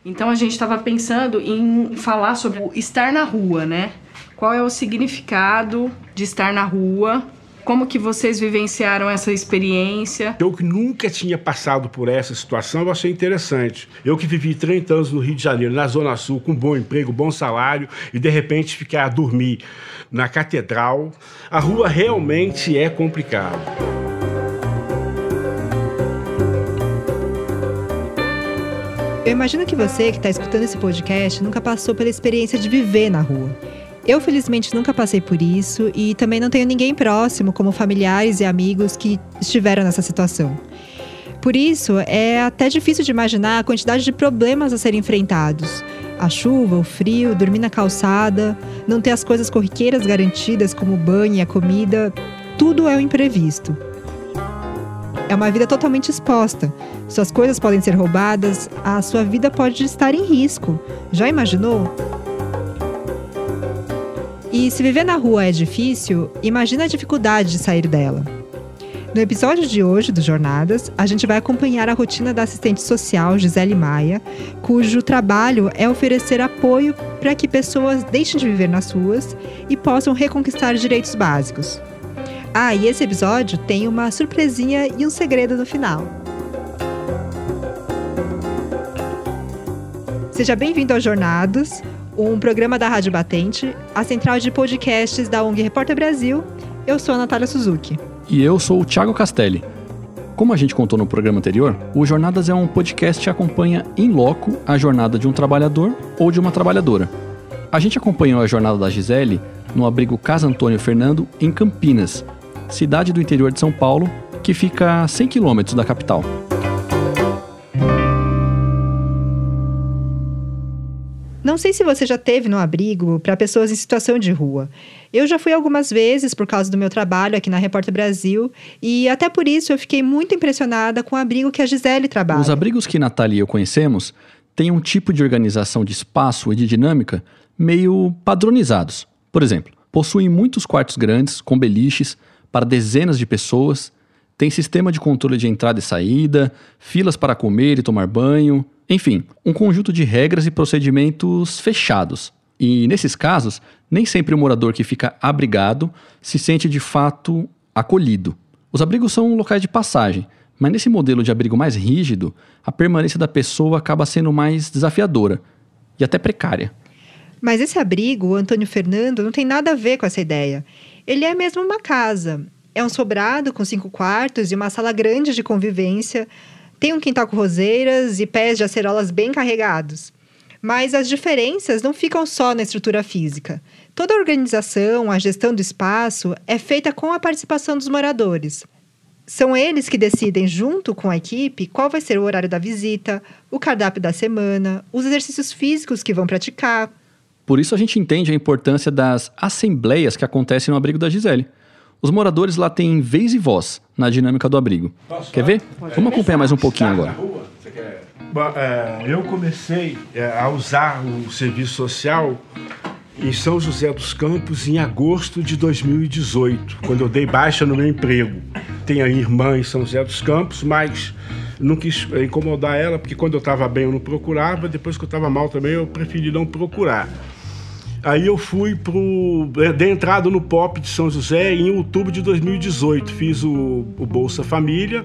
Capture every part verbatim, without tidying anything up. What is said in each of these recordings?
Então a gente estava pensando em falar sobre o estar na rua, né? Qual é o significado de estar na rua? Como que vocês vivenciaram essa experiência? Eu que nunca tinha passado por essa situação, eu achei interessante. Eu que vivi trinta anos no Rio de Janeiro, na Zona Sul, com bom emprego, bom salário, e de repente ficar a dormir na catedral, a rua realmente é complicado. Eu imagino que você que está escutando esse podcast nunca passou pela experiência de viver na rua. Eu, felizmente, nunca passei por isso e também não tenho ninguém próximo, como familiares e amigos, que estiveram nessa situação. Por isso, é até difícil de imaginar a quantidade de problemas a serem enfrentados. A chuva, o frio, dormir na calçada, não ter as coisas corriqueiras garantidas, como o banho e a comida, tudo é um imprevisto. É uma vida totalmente exposta. Suas coisas podem ser roubadas, a sua vida pode estar em risco. Já imaginou? E se viver na rua é difícil, imagina a dificuldade de sair dela. No episódio de hoje do Jornadas, a gente vai acompanhar a rotina da assistente social Gisele Maia, cujo trabalho é oferecer apoio para que pessoas deixem de viver nas ruas e possam reconquistar direitos básicos. Ah, e esse episódio tem uma surpresinha e um segredo no final. Seja bem-vindo ao Jornadas, um programa da Rádio Batente, a central de podcasts da O N G Repórter Brasil. Eu sou a Natália Suzuki. E eu sou o Thiago Castelli. Como a gente contou no programa anterior, o Jornadas é um podcast que acompanha em loco a jornada de um trabalhador ou de uma trabalhadora. A gente acompanhou a jornada da Gisele no abrigo Casa Antônio Fernando, em Campinas, cidade do interior de São Paulo, que fica a cem quilômetros da capital. Não sei se você já esteve no abrigo para pessoas em situação de rua. Eu já fui algumas vezes por causa do meu trabalho aqui na Repórter Brasil e até por isso eu fiquei muito impressionada com o abrigo que a Gisele trabalha. Os abrigos que Natália e eu conhecemos têm um tipo de organização de espaço e de dinâmica meio padronizados. Por exemplo, possuem muitos quartos grandes com beliches para dezenas de pessoas, tem sistema de controle de entrada e saída, filas para comer e tomar banho. Enfim, um conjunto de regras e procedimentos fechados. E, nesses casos, nem sempre o morador que fica abrigado se sente, de fato, acolhido. Os abrigos são locais de passagem, mas nesse modelo de abrigo mais rígido, a permanência da pessoa acaba sendo mais desafiadora e até precária. Mas esse abrigo, o Antônio Fernando, não tem nada a ver com essa ideia. Ele é mesmo uma casa. É um sobrado com cinco quartos e uma sala grande de convivência. Tem um quintal com roseiras e pés de acerolas bem carregados. Mas as diferenças não ficam só na estrutura física. Toda a organização, a gestão do espaço é feita com a participação dos moradores. São eles que decidem, junto com a equipe, qual vai ser o horário da visita, o cardápio da semana, os exercícios físicos que vão praticar. Por isso a gente entende a importância das assembleias que acontecem no abrigo da Gisele. Os moradores lá têm vez e voz na dinâmica do abrigo. Posso Quer ver? Pode. Vamos acompanhar mais um pouquinho agora. Bom, é, eu comecei é, a usar o serviço social em São José dos Campos em agosto de dois mil e dezoito, quando eu dei baixa no meu emprego. Tenho a irmã em São José dos Campos, mas não quis incomodar ela, porque quando eu estava bem eu não procurava, depois que eu estava mal também eu preferi não procurar. Aí eu fui pro... dei entrada no P O P de São José em outubro de dois mil e dezoito. Fiz o, o Bolsa Família.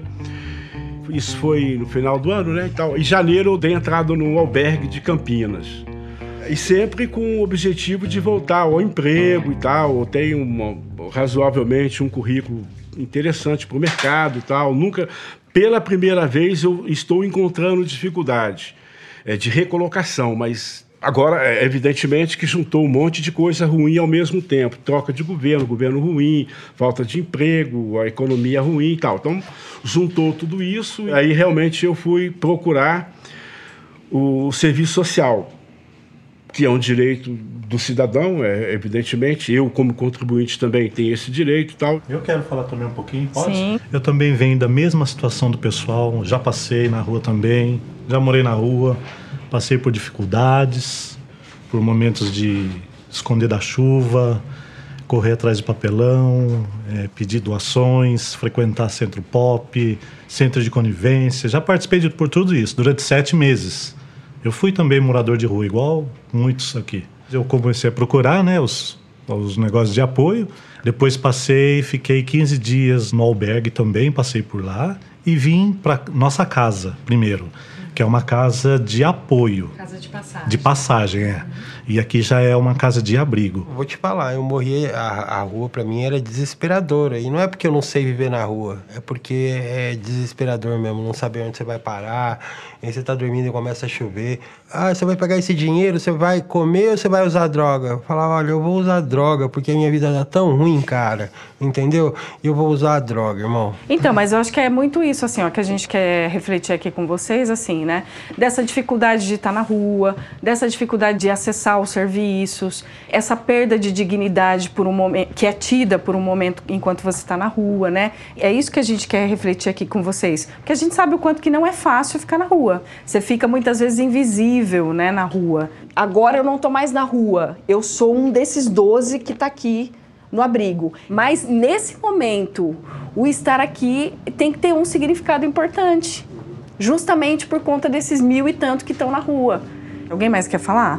Isso foi no final do ano, né? Então, em janeiro eu dei entrada no albergue de Campinas. E sempre com o objetivo de voltar ao emprego e tal. Eu tenho uma, razoavelmente um currículo interessante para o mercado e tal. Nunca, pela primeira vez, eu estou encontrando dificuldade é, de recolocação, mas... Agora, evidentemente que juntou um monte de coisa ruim ao mesmo tempo. Troca de governo, governo ruim, falta de emprego, a economia ruim e tal. Então, juntou tudo isso. Aí, realmente, eu fui procurar o serviço social, que é um direito do cidadão, é, evidentemente. Eu, como contribuinte, também tenho esse direito e tal. Eu quero falar também um pouquinho, pode? Sim. Eu também venho da mesma situação do pessoal. Já passei na rua também, já morei na rua. Passei por dificuldades, por momentos de esconder da chuva, correr atrás de papelão, é, pedir doações, frequentar centro pop, centro de convivência. Já participei de, por tudo isso durante sete meses. Eu fui também morador de rua, igual muitos aqui. Eu comecei a procurar, né, os, os negócios de apoio. Depois passei, fiquei quinze dias no albergue também, passei por lá. E vim para nossa casa primeiro, que é uma casa de apoio. Casa de passagem. De passagem, é. E aqui já é uma casa de abrigo. Vou te falar, eu morri, a, a rua para mim era desesperadora. E não é porque eu não sei viver na rua, é porque é desesperador mesmo, não saber onde você vai parar. Aí você tá dormindo e começa a chover. Ah, você vai pegar esse dinheiro, você vai comer ou você vai usar droga? Eu falava, olha, eu vou usar droga, porque a minha vida tá tão ruim, cara, entendeu? E eu vou usar a droga, irmão. Então, mas eu acho que é muito isso, assim, ó, que a gente quer refletir aqui com vocês, assim, né? Dessa dificuldade de estar na rua, dessa dificuldade de acessar os serviços, essa perda de dignidade por um momento, que é tida por um momento enquanto você está na rua, né? É isso que a gente quer refletir aqui com vocês, porque a gente sabe o quanto que não é fácil ficar na rua. Você fica muitas vezes invisível, né, na rua. Agora eu não tô mais na rua, eu sou um desses doze que tá aqui no abrigo. Mas nesse momento, o estar aqui tem que ter um significado importante, justamente por conta desses mil e tanto que estão na rua. Alguém mais quer falar?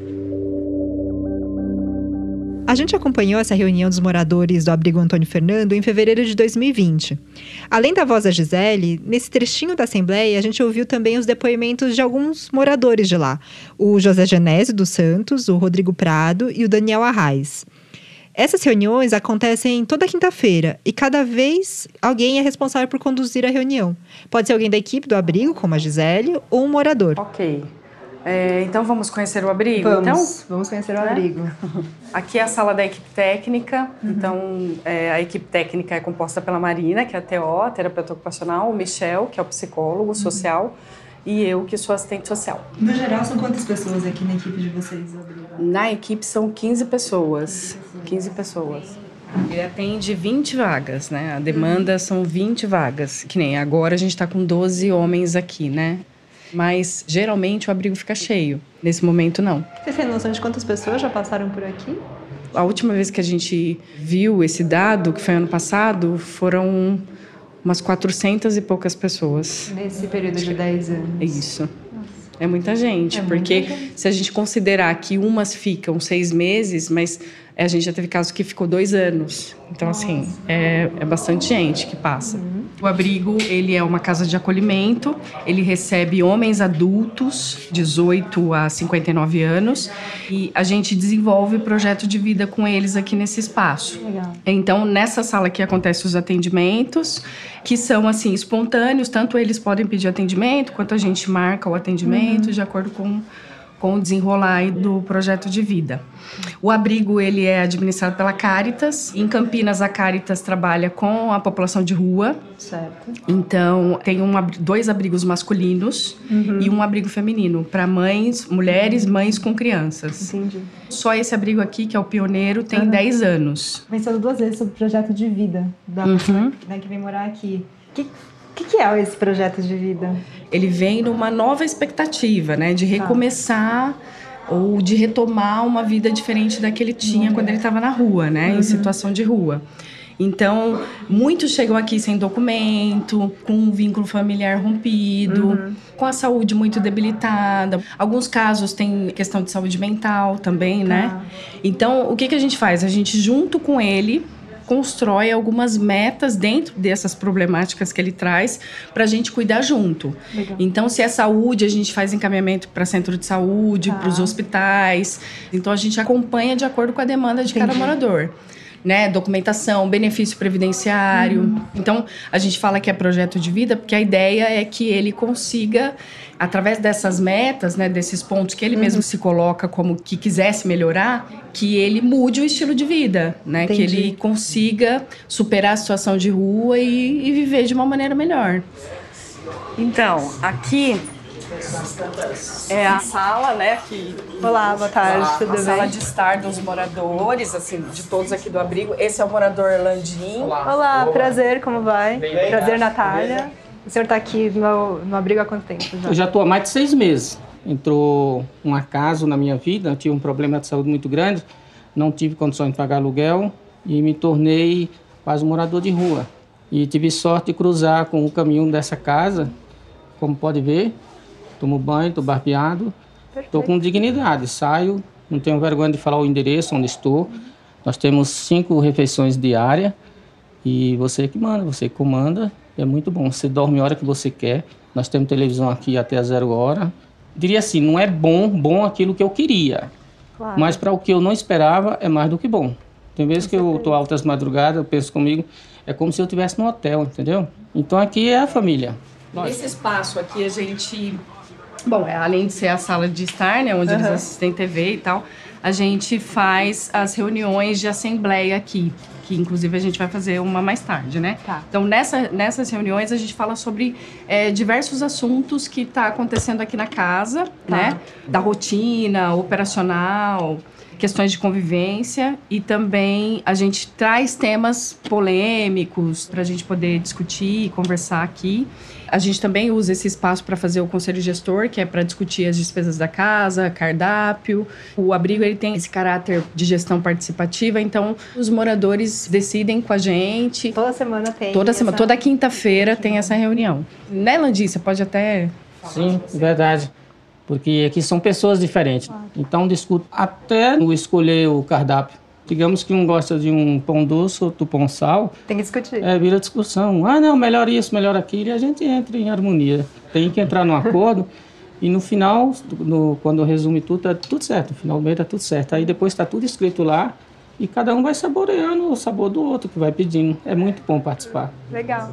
A gente acompanhou essa reunião dos moradores do abrigo Antônio Fernando em fevereiro de dois mil e vinte. Além da voz da Gisele, nesse trechinho da Assembleia, a gente ouviu também os depoimentos de alguns moradores de lá. O José Genésio dos Santos, o Rodrigo Prado e o Daniel Arraes. Essas reuniões acontecem toda quinta-feira e cada vez alguém é responsável por conduzir a reunião. Pode ser alguém da equipe do abrigo, como a Gisele, ou um morador. Ok. É, então vamos conhecer o abrigo? Vamos, então? vamos conhecer o né? abrigo. Aqui é a sala da equipe técnica. Uhum. Então, é, a equipe técnica é composta pela Marina, que é a T O, a terapeuta ocupacional, o Michel, que é o psicólogo social, uhum. e eu, que sou assistente social. No geral, são quantas pessoas aqui na equipe de vocês? Na equipe são quinze pessoas. quinze pessoas. Ele atende vinte vagas, né? A demanda uhum. são vinte vagas. Que nem agora a gente está com doze homens aqui, né? Mas, geralmente, o abrigo fica cheio. Nesse momento, não. Você tem noção de quantas pessoas já passaram por aqui? A última vez que a gente viu esse dado, que foi ano passado, foram umas quatrocentas e poucas pessoas. Nesse período de dez anos. Isso. Nossa. É muita gente, é porque muita gente. Se a gente considerar que umas ficam seis meses, mas a gente já teve caso que ficou dois anos. Então, Nossa. assim, é, é bastante gente que passa. Uhum. O abrigo, ele é uma casa de acolhimento, ele recebe homens adultos, dezoito a cinquenta e nove anos, e a gente desenvolve projeto de vida com eles aqui nesse espaço. Legal. Então, nessa sala aqui acontecem os atendimentos, que são, assim, espontâneos, tanto eles podem pedir atendimento, quanto a gente marca o atendimento, uhum. de acordo com... com o desenrolar aí do projeto de vida. O abrigo, ele é administrado pela Caritas. Em Campinas, a Caritas trabalha com a população de rua. Certo. Então, tem um, dois abrigos masculinos uhum. e um abrigo feminino para mães, mulheres, uhum. mães com crianças. Entendi. Só esse abrigo aqui, que é o pioneiro, tem uhum. dez anos. Pensando duas vezes sobre o projeto de vida da uhum. pessoa, né, que vem morar aqui. Que... O que, que é esse projeto de vida? Ele vem numa nova expectativa, né? De recomeçar ah. ou de retomar uma vida diferente da que ele tinha uhum. quando ele estava na rua, né? Uhum. Em situação de rua. Então, muitos chegam aqui sem documento, com um vínculo familiar rompido, uhum. com a saúde muito debilitada. Alguns casos têm questão de saúde mental também, ah. né? Então, o que, que a gente faz? A gente, junto com ele... constrói algumas metas dentro dessas problemáticas que ele traz para a gente cuidar junto. Legal. Então, se é saúde, a gente faz encaminhamento para centro de saúde, ah. para os hospitais. Então, a gente acompanha de acordo com a demanda de Entendi. Cada morador. Né? Documentação, benefício previdenciário. Uhum. Então, a gente fala que é projeto de vida porque a ideia é que ele consiga, através dessas metas, né, desses pontos que ele uhum. mesmo se coloca como que quisesse melhorar, que ele mude o estilo de vida, né? Que ele consiga superar a situação de rua e, e viver de uma maneira melhor. Então, aqui é a sala, né? Que... Olá, boa tarde, a, tudo a bem? Sala de estar dos moradores, assim, de todos aqui do abrigo. Esse é o morador Landim. Olá, Olá prazer, como vai? Bem, bem, prazer, Natália. Beleza? O senhor está aqui no, no abrigo há quanto tempo? Já? Eu já estou há mais de seis meses. Entrou um acaso na minha vida, eu tive um problema de saúde muito grande, não tive condições de pagar aluguel e me tornei quase um morador de rua. E tive sorte de cruzar com o caminho dessa casa, como pode ver, tomo banho, estou barbeado, estou com dignidade, saio, não tenho vergonha de falar o endereço onde estou. Nós temos cinco refeições diárias e você que manda, você que comanda, é muito bom. Você dorme a hora que você quer, nós temos televisão aqui até a zero hora. Diria assim, não é bom, bom aquilo que eu queria, claro. Mas para o que eu não esperava é mais do que bom. Tem vezes que eu estou altas madrugadas, eu penso comigo, é como se eu estivesse no hotel, entendeu? Então aqui é a família. Nesse espaço aqui a gente, bom, é, além de ser a sala de estar, né, onde uhum. eles assistem T V e tal, a gente faz as reuniões de assembleia aqui, que inclusive a gente vai fazer uma mais tarde, né? Tá. Então nessa, nessas reuniões a gente fala sobre é, diversos assuntos que tá acontecendo aqui na casa, tá. né? Da rotina, operacional, questões de convivência, e também a gente traz temas polêmicos para a gente poder discutir e conversar aqui. A gente também usa esse espaço para fazer o conselho gestor, que é para discutir as despesas da casa, cardápio. O abrigo ele tem esse caráter de gestão participativa, então os moradores decidem com a gente. Toda semana tem. Toda semana, essa... toda quinta-feira tem essa reunião. Né, Landi? Você pode até... Sim, verdade. Porque aqui são pessoas diferentes. Então, discuto até no escolher o cardápio. Digamos que um gosta de um pão doce, outro pão sal. Tem que discutir. É, vira discussão. Ah, não, melhor isso, melhor aquilo. E a gente entra em harmonia. Tem que entrar num acordo. E no final, no, quando resume tudo, tá tudo certo. No final do mês tá tudo certo. Aí depois está tudo escrito lá. E cada um vai saboreando o sabor do outro que vai pedindo. É muito bom participar. Legal.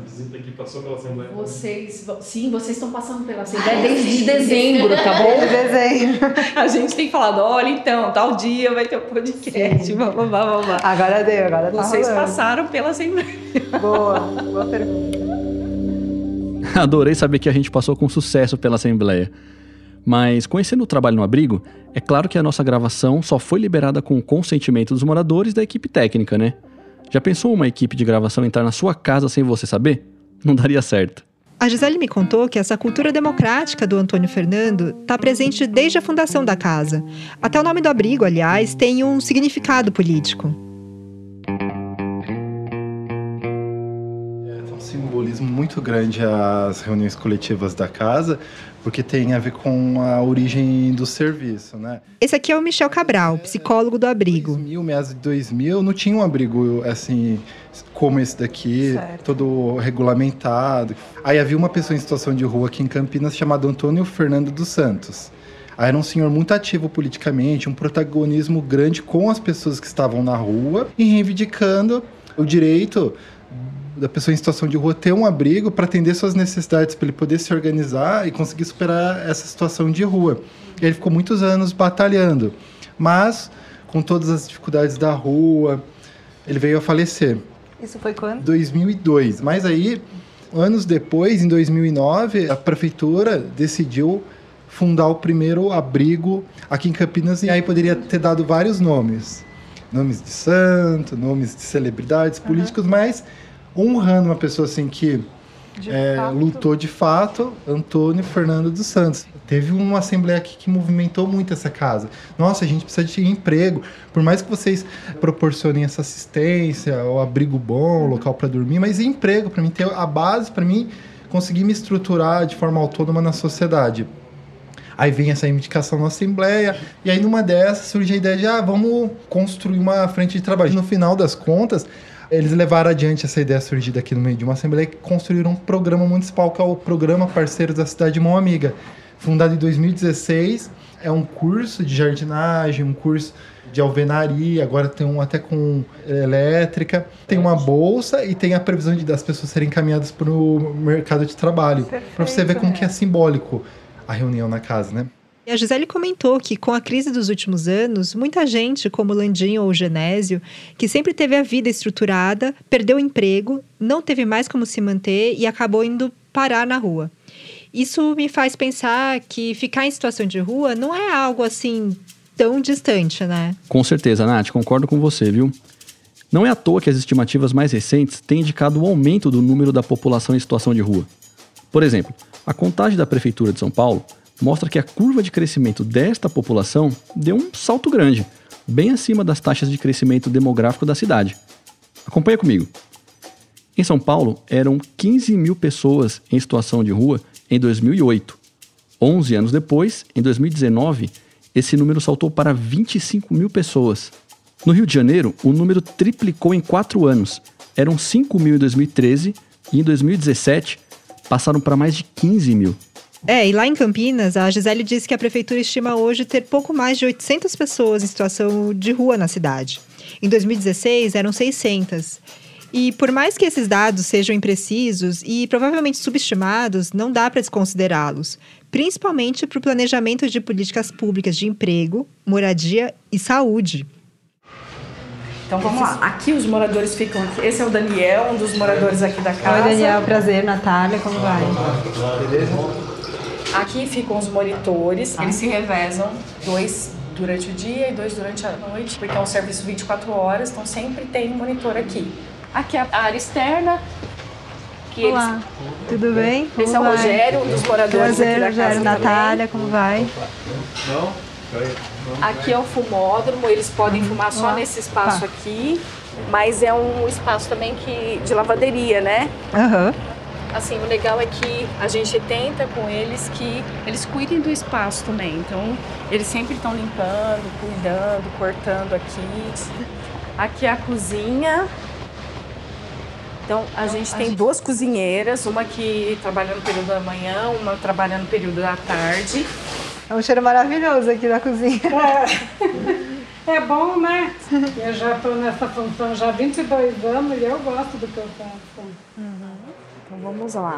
Vocês, sim, vocês estão passando pela Assembleia desde dezembro, tá bom? Desde dezembro. A gente tem falado, olha então, tal dia vai ter um podcast, vamos lá, vamos lá. Agora deu, agora tá Vocês rolando. passaram pela Assembleia. Boa, boa pergunta. Adorei saber que a gente passou com sucesso pela Assembleia. Mas, conhecendo o trabalho no abrigo, é claro que a nossa gravação só foi liberada com o consentimento dos moradores e da equipe técnica, né? Já pensou uma equipe de gravação entrar na sua casa sem você saber? Não daria certo. A Gisele me contou que essa cultura democrática do Antônio Fernando está presente desde a fundação da casa. Até o nome do abrigo, aliás, tem um significado político. É um simbolismo muito grande às reuniões coletivas da casa, porque tem a ver com a origem do serviço, né? Esse aqui é o Michel Cabral, psicólogo do abrigo. dois mil, meados de dois mil, não tinha um abrigo assim como esse daqui, certo. Todo regulamentado. Aí havia uma pessoa em situação de rua aqui em Campinas chamado Antônio Fernando dos Santos. Aí era um senhor muito ativo politicamente, um protagonismo grande com as pessoas que estavam na rua e reivindicando o direito da pessoa em situação de rua ter um abrigo para atender suas necessidades, para ele poder se organizar e conseguir superar essa situação de rua. E ele ficou muitos anos batalhando, mas com todas as dificuldades da rua, ele veio a falecer. Isso foi quando? dois mil e dois. Mas aí, anos depois, em dois mil e nove, a prefeitura decidiu fundar o primeiro abrigo aqui em Campinas, e aí poderia ter dado vários nomes. Nomes de santo, nomes de celebridades políticos, uhum. mas honrando uma pessoa assim que de é, lutou de fato, Antônio Fernando dos Santos. Teve uma assembleia aqui que movimentou muito essa casa. Nossa, a gente precisa de emprego. Por mais que vocês proporcionem essa assistência, o abrigo bom, o local para dormir, mas e emprego para mim ter a base para mim conseguir me estruturar de forma autônoma na sociedade. Aí vem essa reivindicação na Assembleia, e aí numa dessas surge a ideia de ah, vamos construir uma frente de trabalho. No final das contas, eles levaram adiante essa ideia surgida aqui no meio de uma Assembleia e construíram um programa municipal, que é o Programa Parceiros da Cidade de Mão Amiga. Fundado em dois mil e dezesseis, é um curso de jardinagem, um curso de alvenaria, agora tem um até com elétrica, tem uma bolsa e tem a previsão de das pessoas serem encaminhadas para o mercado de trabalho. Para você ver como que é simbólico a reunião na casa, né? E a Gisele comentou que, com a crise dos últimos anos, muita gente, como o Landinho ou o Genésio, que sempre teve a vida estruturada, perdeu o emprego, não teve mais como se manter e acabou indo parar na rua. Isso me faz pensar que ficar em situação de rua não é algo assim tão distante, né? Com certeza, Nath, concordo com você, viu? Não é à toa que as estimativas mais recentes têm indicado o aumento do número da população em situação de rua. Por exemplo, a contagem da Prefeitura de São Paulo mostra que a curva de crescimento desta população deu um salto grande, bem acima das taxas de crescimento demográfico da cidade. Acompanha comigo. Em São Paulo, eram quinze mil pessoas em situação de rua em dois mil e oito. onze anos depois, em dois mil e dezenove, esse número saltou para vinte e cinco mil pessoas. No Rio de Janeiro, o número triplicou em quatro anos. Eram cinco mil em dois mil e treze e em dois mil e dezessete passaram para mais de quinze mil. É, e lá em Campinas, a Gisele disse que a prefeitura estima hoje ter pouco mais de oitocentas pessoas em situação de rua na cidade. Em dois mil e dezesseis, eram seiscentas. E por mais que esses dados sejam imprecisos e provavelmente subestimados, não dá para desconsiderá-los, principalmente para o planejamento de políticas públicas de emprego, moradia e saúde. Então vamos lá, aqui os moradores ficam aqui. Esse é o Daniel, um dos moradores aqui da casa. Oi, Daniel, prazer. Natália, como vai? Beleza? Aqui ficam os monitores, eles se revezam, dois durante o dia e dois durante a noite, porque é um serviço vinte e quatro horas, então sempre tem um monitor aqui. Aqui é a área externa. Que Olá, eles... tudo bem? Esse como é o vai? Rogério, um dos moradores prazer, aqui da Rogério, casa Natália, também. como vai? Não? Aqui é o fumódromo, eles podem uhum. fumar só Olá. Nesse espaço tá. Aqui, mas é um espaço também que, de lavanderia, né? Aham. Uhum. Assim, o legal é que a gente tenta com eles que eles cuidem do espaço também. Então, eles sempre estão limpando, cuidando, cortando aqui. Aqui é a cozinha. Então, a gente tem duas cozinheiras, uma que trabalha no período da manhã, uma trabalha no período da tarde. É um cheiro maravilhoso aqui na cozinha. É, é bom, né? Eu já estou nessa função já há vinte e dois anos e eu gosto do que eu faço. Uhum. Então vamos lá.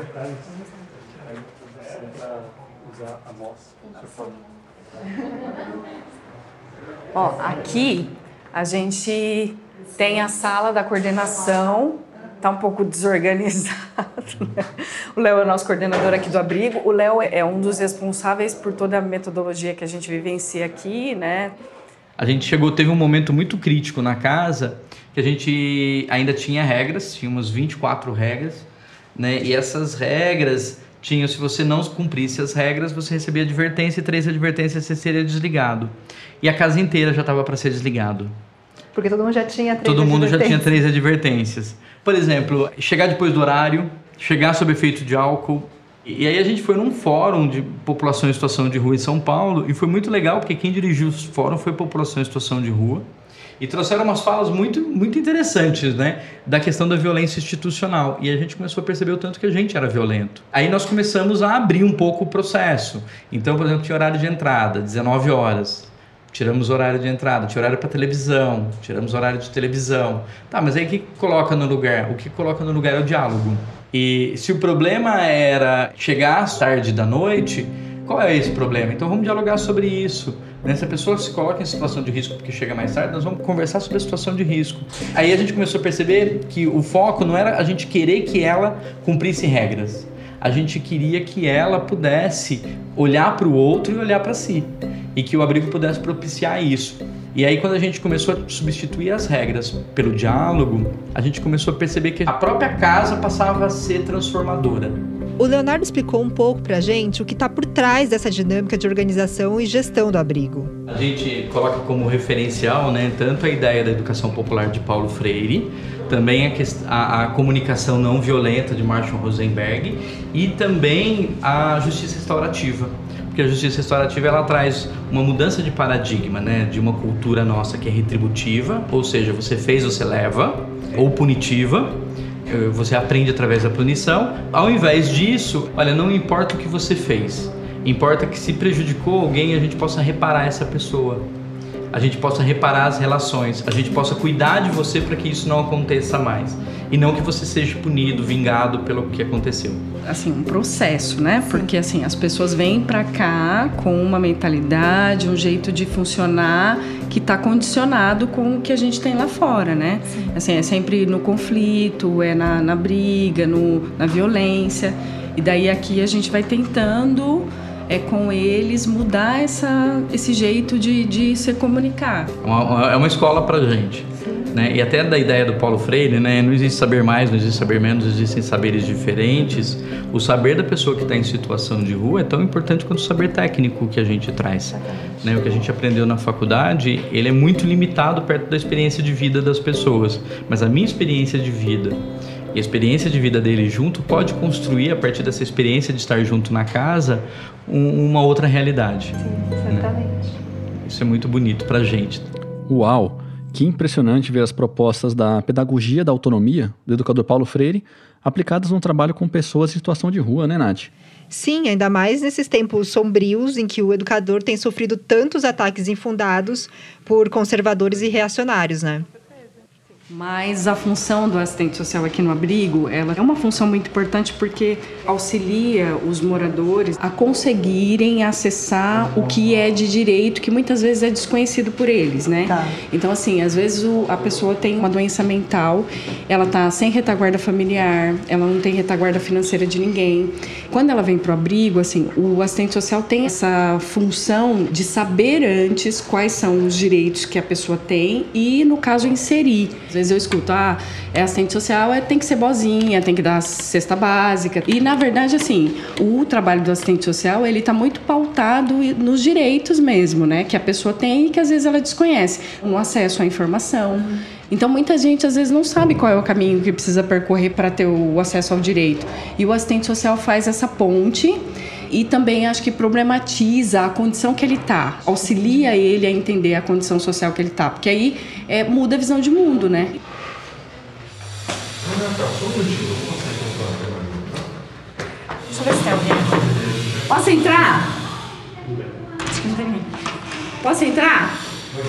Ó, aqui a gente tem a sala da coordenação. Tá um pouco desorganizado, né? O Léo é o nosso coordenador aqui do abrigo. O Léo é um dos responsáveis por toda a metodologia que a gente vivencia aqui, né? A gente chegou, teve um momento muito crítico na casa, que a gente ainda tinha regras, tinha umas vinte e quatro regras, né? E essas regras tinham, se você não cumprisse as regras, você recebia advertência, e três advertências você seria desligado. E a casa inteira já estava para ser desligado. Porque todo mundo já tinha três Todo mundo já tinha advertências. três advertências. Por exemplo, chegar depois do horário, chegar sob efeito de álcool. E aí a gente foi num fórum de população em situação de rua em São Paulo e foi muito legal porque quem dirigiu o fórum foi a população em situação de rua. E trouxeram umas falas muito, muito interessantes, né? Da questão da violência institucional. E a gente começou a perceber o tanto que a gente era violento. Aí nós começamos a abrir um pouco o processo. Então, por exemplo, tinha horário de entrada, dezenove horas. Tiramos o horário de entrada, tinha horário para televisão, tiramos o horário de televisão. Tá, mas aí o que coloca no lugar? O que coloca no lugar é o diálogo. E se o problema era chegar às tarde da noite, qual é esse problema? Então vamos dialogar sobre isso. Né? Se a pessoa se coloca em situação de risco porque chega mais tarde, nós vamos conversar sobre a situação de risco. Aí a gente começou a perceber que o foco não era a gente querer que ela cumprisse regras. A gente queria que ela pudesse olhar para o outro e olhar para si. E que o abrigo pudesse propiciar isso. E aí, quando a gente começou a substituir as regras pelo diálogo, a gente começou a perceber que a própria casa passava a ser transformadora. O Leonardo explicou um pouco pra gente o que está por trás dessa dinâmica de organização e gestão do abrigo. A gente coloca como referencial, né, tanto a ideia da educação popular de Paulo Freire, também a, a, a comunicação não violenta de Marshall Rosenberg e também a justiça restaurativa. Porque a justiça restaurativa ela traz uma mudança de paradigma, né, de uma cultura nossa que é retributiva, ou seja, você fez, você leva, ou punitiva, você aprende através da punição. Ao invés disso, olha, não importa o que você fez, importa que se prejudicou alguém, a gente possa reparar essa pessoa, a gente possa reparar as relações, a gente possa cuidar de você para que isso não aconteça mais. E não que você seja punido, vingado pelo que aconteceu. Assim, um processo, né? Porque assim, as pessoas vêm pra cá com uma mentalidade, um jeito de funcionar que tá condicionado com o que a gente tem lá fora, né? Sim. Assim, é sempre no conflito, é na, na briga, no, na violência. E daí aqui a gente vai tentando, é, com eles, mudar essa, esse jeito de, de se comunicar. É uma, é uma escola pra gente. Né? E até da ideia do Paulo Freire, né? Não existe saber mais, não existe saber menos, existem saberes diferentes. O saber da pessoa que está em situação de rua é tão importante quanto o saber técnico que a gente traz. Né? O que a gente aprendeu na faculdade, ele é muito limitado perto da experiência de vida das pessoas. Mas a minha experiência de vida E a experiência de vida dele junto pode construir, a partir dessa experiência de estar junto na casa, um, uma outra realidade. Sim, exatamente. Né? Isso é muito bonito pra gente. Uau! Que impressionante ver as propostas da pedagogia da autonomia do educador Paulo Freire aplicadas no trabalho com pessoas em situação de rua, né, Nath? Sim, ainda mais nesses tempos sombrios em que o educador tem sofrido tantos ataques infundados por conservadores e reacionários, né? Mas a função do assistente social aqui no abrigo, ela é uma função muito importante porque auxilia os moradores a conseguirem acessar o que é de direito, que muitas vezes é desconhecido por eles, né? Tá. Então, assim, às vezes o, a pessoa tem uma doença mental, ela tá sem retaguarda familiar, ela não tem retaguarda financeira de ninguém. Quando ela vem pro abrigo, assim, o assistente social tem essa função de saber antes quais são os direitos que a pessoa tem e, no caso, inserir. Às vezes eu escuto, ah, é assistente social, é, tem que ser boazinha, tem que dar cesta básica. E, na verdade, assim, o trabalho do assistente social, ele está muito pautado nos direitos mesmo, né? Que a pessoa tem e que, às vezes, ela desconhece. Um acesso à informação. Então, muita gente, às vezes, não sabe qual é o caminho que precisa percorrer para ter o acesso ao direito. E o assistente social faz essa ponte e também acho que problematiza a condição que ele está, auxilia ele a entender a condição social que ele está, porque aí é, muda a visão de mundo, né? Deixa eu ver se tem alguém. Posso entrar? Acho que não tem ninguém. Posso entrar?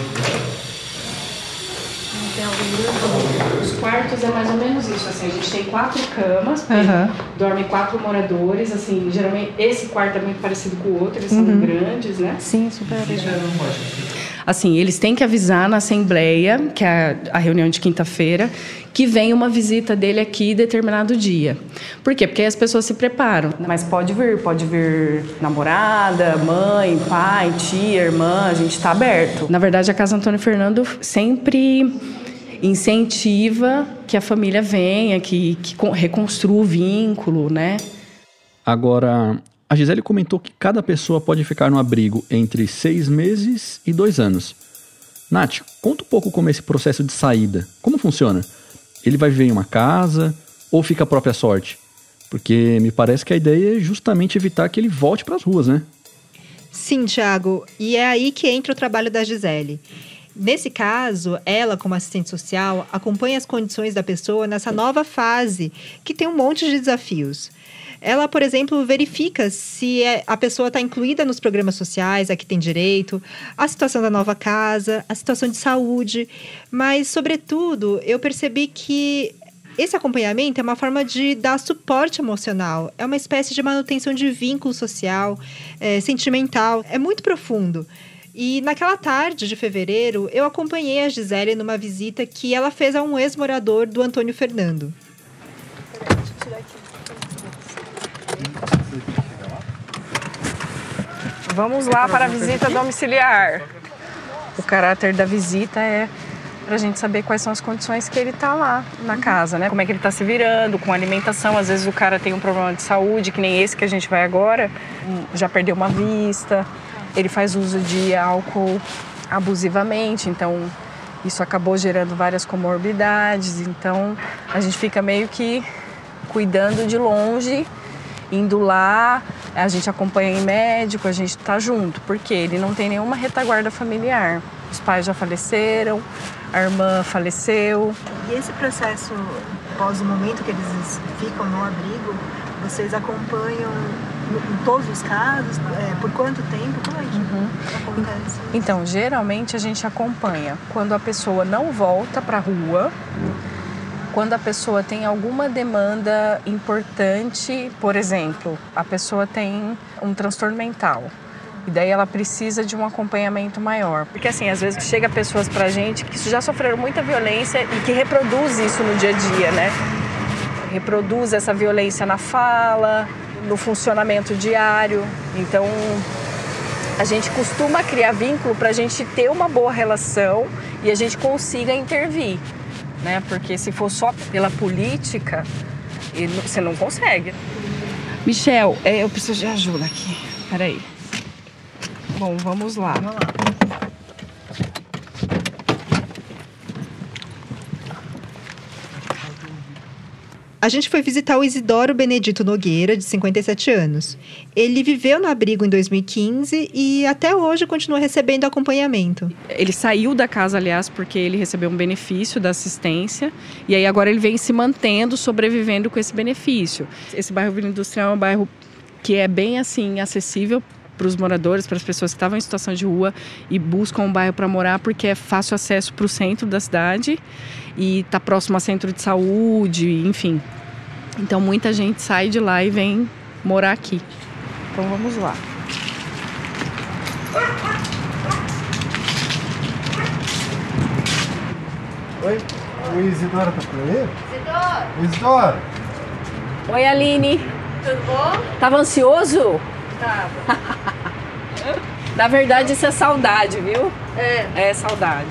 Os quartos é mais ou menos isso, assim, a gente tem quatro camas, uhum. Dormem quatro moradores, assim, geralmente esse quarto é muito parecido com o outro, eles uhum. são grandes, né? Sim, super legal. Assim, eles têm que avisar na assembleia, que é a reunião de quinta-feira, que vem uma visita dele aqui determinado dia. Por quê? Porque aí as pessoas se preparam. Mas pode vir, pode vir namorada, mãe, pai, tia, irmã, a gente está aberto. Na verdade, a Casa Antônio Fernando sempre incentiva que a família venha, que, que reconstrua o vínculo, né? Agora, a Gisele comentou que cada pessoa pode ficar no abrigo entre seis meses e dois anos. Nath, conta um pouco como é esse processo de saída. Como funciona? Ele vai viver em uma casa ou fica à própria sorte? Porque me parece que a ideia é justamente evitar que ele volte para as ruas, né? Sim, Thiago. E é aí que entra o trabalho da Gisele. Nesse caso, ela, como assistente social, acompanha as condições da pessoa nessa nova fase, que tem um monte de desafios. Ela, por exemplo, verifica se a pessoa está incluída nos programas sociais, a que tem direito, a situação da nova casa, a situação de saúde. Mas, sobretudo, eu percebi que esse acompanhamento é uma forma de dar suporte emocional. É uma espécie de manutenção de vínculo social, é, sentimental. É muito profundo. E naquela tarde de fevereiro, eu acompanhei a Gisele numa visita que ela fez a um ex-morador do Antônio Fernando. Vamos lá para a visita domiciliar. O caráter da visita é para a gente saber quais são as condições que ele está lá na casa, né? Como é que ele está se virando, com alimentação. Às vezes o cara tem um problema de saúde, que nem esse que a gente vai agora, já perdeu uma vista. Ele faz uso de álcool abusivamente, então isso acabou gerando várias comorbidades. Então a gente fica meio que cuidando de longe, indo lá, a gente acompanha em médico, a gente está junto, porque ele não tem nenhuma retaguarda familiar. Os pais já faleceram, a irmã faleceu. E esse processo, após o momento que eles ficam no abrigo, vocês acompanham em todos os casos? É, por quanto tempo? Como é que uhum. acontece? Então, geralmente a gente acompanha quando a pessoa não volta para a rua, quando a pessoa tem alguma demanda importante, por exemplo, a pessoa tem um transtorno mental. E daí ela precisa de um acompanhamento maior. Porque assim, às vezes chega pessoas pra gente que já sofreram muita violência e que reproduz isso no dia a dia, né? Reproduz essa violência na fala, no funcionamento diário. Então, a gente costuma criar vínculo pra gente ter uma boa relação e a gente consiga intervir, né? Porque se for só pela política, você não consegue. Michel, eu preciso de ajuda aqui. Peraí. Bom, vamos lá. Vamos lá. A gente foi visitar o Isidoro Benedito Nogueira, de cinquenta e sete anos. Ele viveu no abrigo em dois mil e quinze e até hoje continua recebendo acompanhamento. Ele saiu da casa, aliás, porque ele recebeu um benefício da assistência e aí agora ele vem se mantendo, sobrevivendo com esse benefício. Esse bairro Vila Industrial é um bairro que é bem assim acessível para os moradores, para as pessoas que estavam em situação de rua e buscam um bairro para morar, porque é fácil acesso para o centro da cidade e está próximo a centro de saúde, enfim. Então muita gente sai de lá e vem morar aqui. Então vamos lá. Oi? O Isidoro tá por aí? Isidoro! Isidoro! Oi, Aline. Tudo bom? Tava ansioso? Tava. Na verdade, isso é saudade, viu? É. É saudade.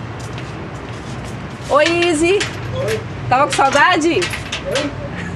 Oi, Izzy. Oi. Tava com saudade? Oi.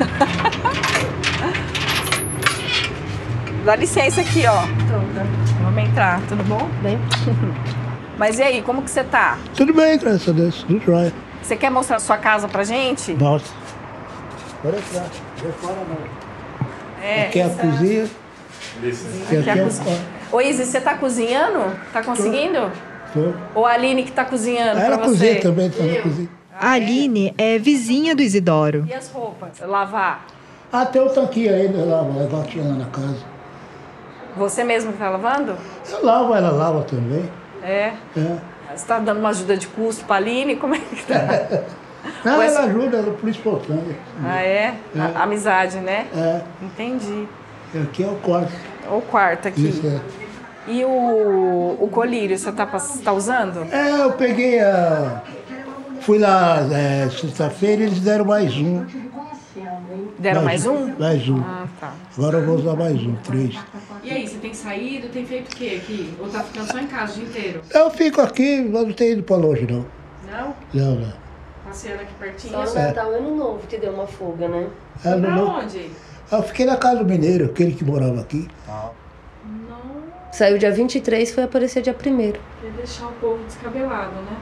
Dá licença aqui, ó. Vamos entrar, tudo bom? Bem. Mas e aí, como que você tá? Tudo bem, graças a Deus. Tudo jóia. Você quer mostrar a sua casa pra gente? Nossa. Pode entrar. Não fora não. É. Aqui é a cozinha. Aqui é a cozinha. o... Ô, Izzy, você tá cozinhando? Tá conseguindo? Tô. Ou a Aline que tá cozinhando Ela pra cozinha você? também, tá na cozinha. A Aline é vizinha do Isidoro. E as roupas? Lavar? Ah, tem um tanquinho ainda lá, vou levar aqui lá na casa. Você mesmo que tá lavando? Eu lavo, ela lava também. É. É. Você tá dando uma ajuda de custo pra Aline? Como é que tá? Não, Mas- ela ajuda, ela é por espontânea. Ah, é? É. A- amizade, né? É. Entendi. Aqui é o quarto. O quarto aqui. Isso é. E o, o colírio, você tá, pass- tá usando? É, eu peguei a... Fui lá é, sexta-feira e eles deram mais um. Deram mais um? Mais um. Ah, tá. Agora eu vou usar mais um, três. E aí, você tem saído, tem feito o quê aqui? Ou tá ficando só em casa o dia inteiro? Eu fico aqui, mas não tenho ido pra longe, não. Não? Não, não. Passeando aqui pertinho? Só no Natal e Ano Novo que deu uma fuga, né? É, Pra não, não. onde? Eu fiquei na casa do mineiro, aquele que morava aqui. Saiu dia vinte e três e foi aparecer dia primeiro. Quer deixar o povo descabelado, né?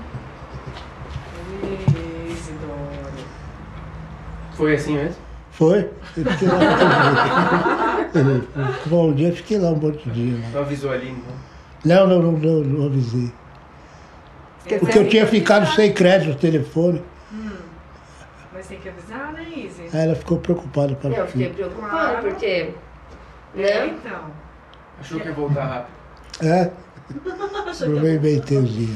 Isidoro. Foi assim mesmo? Foi. Eu fiquei lá. Bom, um dia eu fiquei lá um monte de dia. Lá. Não avisou ali, Não, não? não, não, não, não avisei. Porque eu tinha ficado sem crédito no telefone. Hum. Mas tem que avisar, né, Izzy? Aí ela ficou preocupada. Pra Eu fiquei preocupada, porque... É, Né? então. Achou que ia voltar rápido. É? Aproveitei os dias.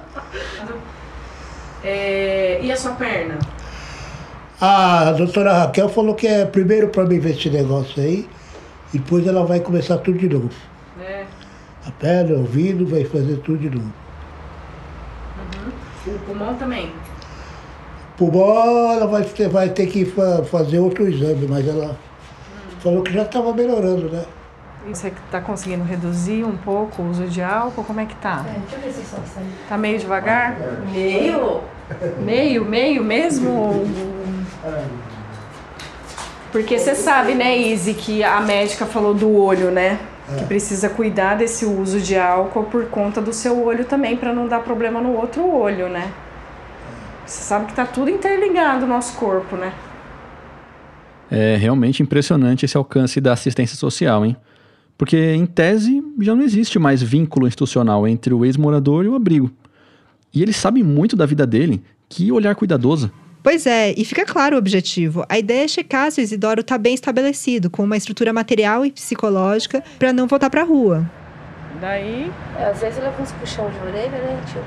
É, e a sua perna? A doutora Raquel falou que é primeiro para mim ver esse negócio aí, e depois ela vai começar tudo de novo. É. A perna, o ouvido, vai fazer tudo de novo. Uhum. O pulmão também? Pulmão, ela vai ter, vai ter que fa- fazer outro exame, mas ela hum. falou que já estava melhorando, né? E você tá conseguindo reduzir um pouco o uso de álcool? Como é que tá? É, deixa eu ver se só sai. Tá meio devagar? Meio? Meio, meio mesmo? Porque você sabe, né, Izzy, que a médica falou do olho, né? É. Que precisa cuidar desse uso de álcool por conta do seu olho também, para não dar problema no outro olho, né? Você sabe que tá tudo interligado no nosso corpo, né? É realmente impressionante esse alcance da assistência social, hein? Porque, em tese, já não existe mais vínculo institucional entre o ex-morador e o abrigo. E ele sabe muito da vida dele. Que olhar cuidadoso. Pois é, e fica claro o objetivo. A ideia é checar se o Isidoro está bem estabelecido, com uma estrutura material e psicológica, para não voltar para a rua. Daí, É, às vezes leva uns puxão de orelha, né, tio?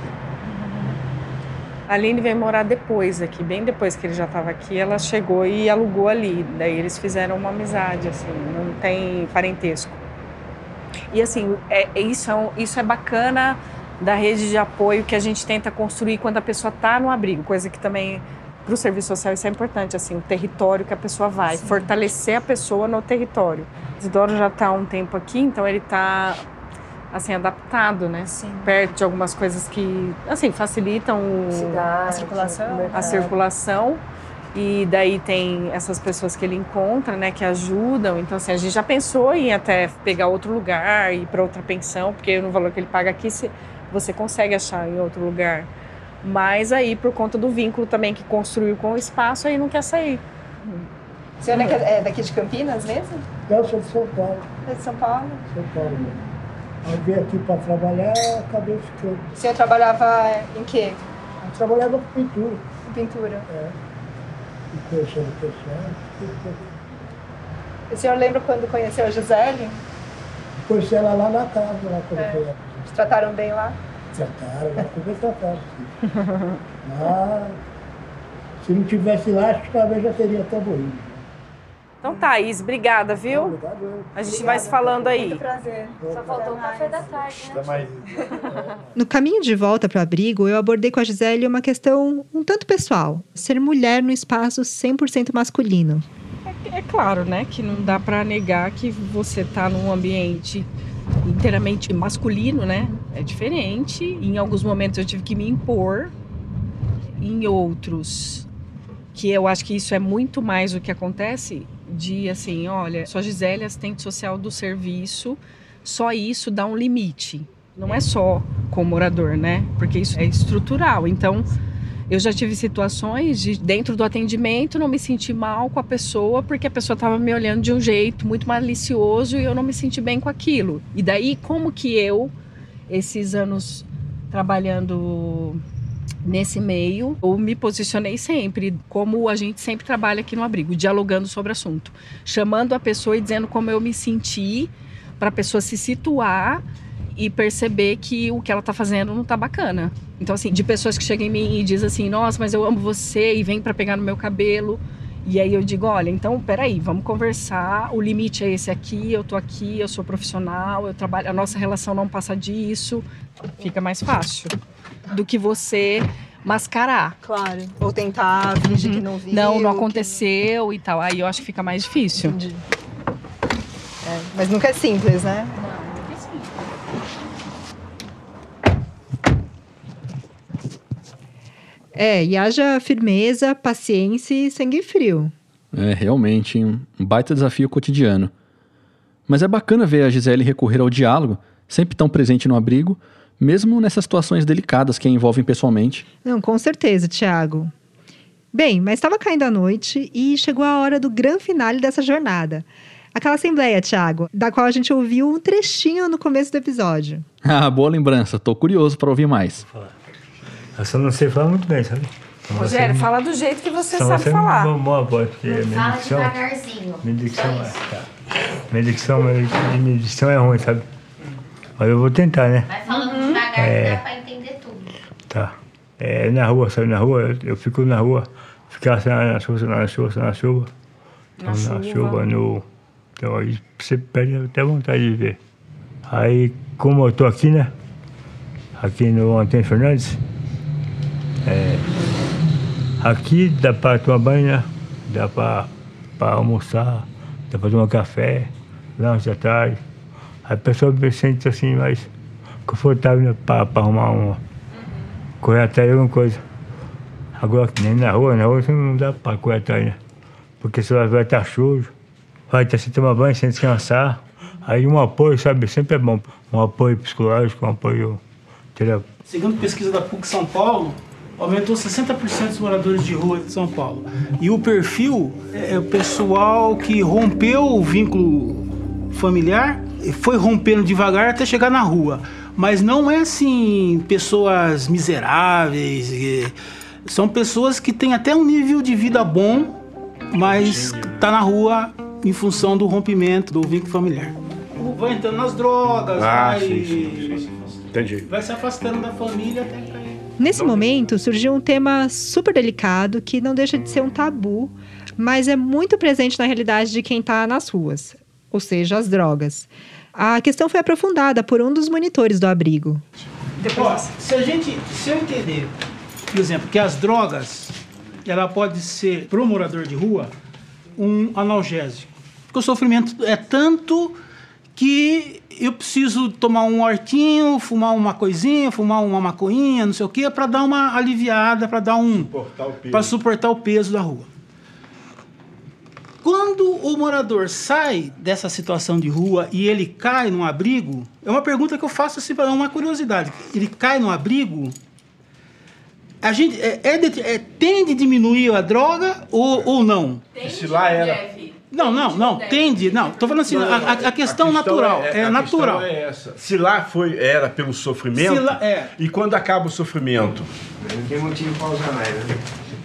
a Aline veio morar depois aqui, bem depois que ele já estava aqui, ela chegou e alugou ali. Daí eles fizeram uma amizade, assim, não tem parentesco. E assim, é, é isso, é um, isso é bacana da rede de apoio que a gente tenta construir quando a pessoa está no abrigo, coisa que também, para o serviço social, isso é importante, assim, o território que a pessoa vai, Sim. fortalecer a pessoa no território. O Isidoro já está há um tempo aqui, então ele está... assim, adaptado, né? Sim. Perto de algumas coisas que, assim, facilitam o, Cidade, a circulação. mercado. A circulação. E daí tem essas pessoas que ele encontra, né? Que ajudam. Então, assim, a gente já pensou em até pegar outro lugar, ir para outra pensão, porque no valor que ele paga aqui, você consegue achar em outro lugar. Mas aí, por conta do vínculo também que construiu com o espaço, aí não quer sair. O senhor é daqui de Campinas mesmo? Eu sou de São Paulo. É de São Paulo? São Paulo mesmo. Eu vim aqui para trabalhar e acabei ficando. O senhor trabalhava em quê? Eu trabalhava com pintura. Com pintura? É. E conhecendo o pessoal. O senhor lembra quando conheceu a Gisele? Conheci ela lá na casa, lá quando é. foi. Te trataram bem lá? Trataram, lá como trataram. Mas se não tivesse lá, acho que talvez já teria até morrido. Então, Thaís, obrigada, viu? Obrigado. A gente vai se falando aí. Muito prazer. Só faltou o café da tarde, né? No caminho de volta para o abrigo, eu abordei com a Gisele uma questão um tanto pessoal. Ser mulher no espaço cem por cento masculino. É, é claro, né, que não dá para negar que você tá num ambiente inteiramente masculino, né? É diferente. Em alguns momentos eu tive que me impor. Em outros, que eu acho que isso é muito mais o que acontece, de assim, olha, sou a Gisele, assistente social do serviço, só isso dá um limite. Não é só com o morador, né? Porque isso é estrutural. Então, eu já tive situações de, dentro do atendimento, não me sentir mal com a pessoa, porque a pessoa estava me olhando de um jeito muito malicioso e eu não me senti bem com aquilo. E daí, como que eu, esses anos trabalhando nesse meio, eu me posicionei sempre, como a gente sempre trabalha aqui no abrigo, dialogando sobre o assunto, chamando a pessoa e dizendo como eu me senti, para a pessoa se situar e perceber que o que ela tá fazendo não tá bacana. Então, assim, de pessoas que chegam em mim e dizem assim, nossa, mas eu amo você, e vem para pegar no meu cabelo. E aí eu digo, olha, então, peraí, vamos conversar, o limite é esse aqui, eu tô aqui, eu sou profissional, eu trabalho, a nossa relação não passa disso. Fica mais fácil do que você mascarar. Claro. Ou tentar fingir uhum. que não viu. Não, não aconteceu que... e tal. Aí eu acho que fica mais difícil. Entendi. É, mas nunca é simples, né? Não, nunca é simples. É, e haja firmeza, paciência e sangue frio. É, realmente, um baita desafio cotidiano. Mas é bacana ver a Gisele recorrer ao diálogo, sempre tão presente no abrigo, mesmo nessas situações delicadas que a envolvem pessoalmente. Não, com certeza, Thiago. Bem, mas estava caindo a noite e chegou a hora do grande finale dessa jornada. Aquela assembleia, Thiago, da qual a gente ouviu um trechinho no começo do episódio. Ah, boa lembrança. Tô curioso para ouvir mais. Eu só não sei falar muito bem, sabe? Rogério, fala do jeito que você sabe falar. Uma boa voz, porque minha fala dicção, devagarzinho. minha dicção, é, tá. minha dicção, minha dicção é ruim, sabe? Mas eu vou tentar, né? Vai falando uhum. devagar é, que dá pra entender tudo. Tá. É, na rua, sabe? Na rua, eu, eu fico na rua, ficar assim, na chuva, na chuva, na chuva. Então, na, na chuva. chuva, no... Então aí você perde até vontade de ver. Aí, como eu tô aqui, né? Aqui no Antônio Fernandes, é, aqui dá pra tomar banho, né? Dá pra, pra almoçar, dá pra tomar café, lanche à tarde. Aí a pessoa se sente assim mais confortável, né? Pra, pra arrumar uma... correr atrás de alguma coisa. Agora, nem na rua, na rua você não dá pra correr atrás, né? Porque você vai estar sujo, vai estar sem tomar banho, sem descansar. Aí um apoio, sabe, sempre é bom. Um apoio psicológico, um apoio terapêutico. Segundo pesquisa da P U C São Paulo, aumentou sessenta por cento dos moradores de rua de São Paulo. E o perfil é o pessoal que rompeu o vínculo familiar, foi rompendo devagar até chegar na rua. Mas não é assim, pessoas miseráveis, são pessoas que têm até um nível de vida bom, mas tá na rua em função do rompimento do vínculo familiar. Vai entrando nas drogas, ah, vai, sim, sim, sim. Entendi. Vai se afastando da família até cair. Nesse momento surgiu um tema super delicado que não deixa de ser um tabu, mas é muito presente na realidade de quem está nas ruas, ou seja, as drogas. A questão foi aprofundada por um dos monitores do abrigo. Ó, se a gente, se eu entender, por exemplo, que as drogas, ela pode ser para o morador de rua um analgésico, porque o sofrimento é tanto que eu preciso tomar um hortinho, fumar uma coisinha, fumar uma maconhinha, não sei o quê, para dar uma aliviada, para dar um, para suportar o peso da rua. Quando o morador sai dessa situação de rua e ele cai num abrigo, é uma pergunta que eu faço assim, é uma curiosidade. Ele cai num abrigo, A gente é, é, de- é, tende a diminuir a droga ou, ou não? Se lá era... Não, não, não, tende, não. Tô falando assim, a, a- a questão natural, é, a natural. questão é essa. Se lá foi, era pelo sofrimento, Se lá- é. e quando acaba o sofrimento? Não tem motivo para usar mais, né?